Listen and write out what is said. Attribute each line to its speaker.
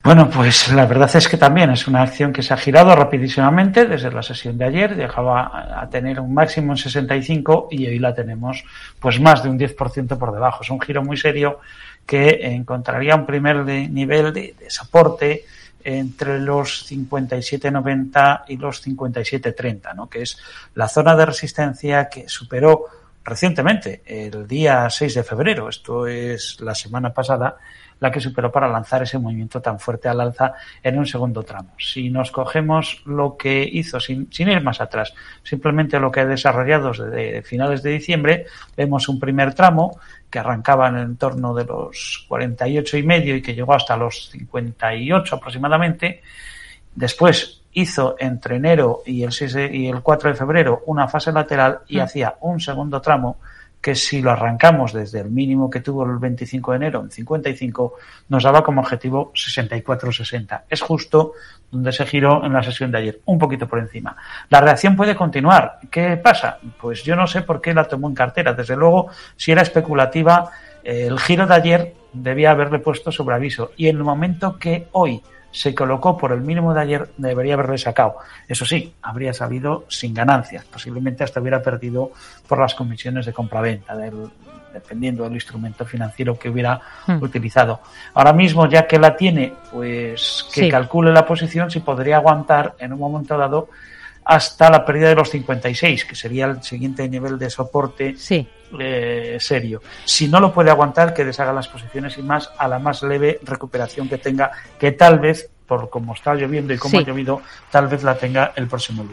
Speaker 1: Bueno, pues la verdad es que también es una acción que se ha girado rapidísimamente desde la sesión de ayer, llegaba a tener un máximo en 65 y hoy la tenemos pues más de un 10% por debajo. Es un giro muy serio que encontraría un primer nivel de soporte entre los 57.90 y los 57.30, ¿no? Que es la zona de resistencia que superó recientemente, el día 6 de febrero, esto es la semana pasada, la que superó para lanzar ese movimiento tan fuerte al alza en un segundo tramo. Si nos cogemos lo que hizo, sin ir más atrás, simplemente lo que ha desarrollado desde finales de diciembre, vemos un primer tramo que arrancaba en el entorno de los 48,5 y que llegó hasta los 58 aproximadamente. Después hizo entre enero y el 4 de febrero una fase lateral y hacía un segundo tramo que si lo arrancamos desde el mínimo que tuvo el 25 de enero en 55, nos daba como objetivo 64,60. Es justo donde se giró en la sesión de ayer, un poquito por encima. La reacción puede continuar. ¿Qué pasa? Pues yo no sé por qué la tomó en cartera. Desde luego, si era especulativa, el giro de ayer debía haberle puesto sobre aviso. Y en el momento que hoy se colocó por el mínimo de ayer, debería haberle sacado. Eso sí, habría salido sin ganancias. Posiblemente hasta hubiera perdido por las comisiones de compraventa, dependiendo del instrumento financiero que hubiera utilizado. Ahora mismo, ya que la tiene, pues que calcule la posición, si podría aguantar en un momento dado hasta la pérdida de los 56, que sería el siguiente nivel de soporte serio. Si no lo puede aguantar, que deshaga las posiciones y más a la más leve recuperación que tenga, que tal vez, por como está lloviendo y como ha llovido, tal vez la tenga el próximo lunes.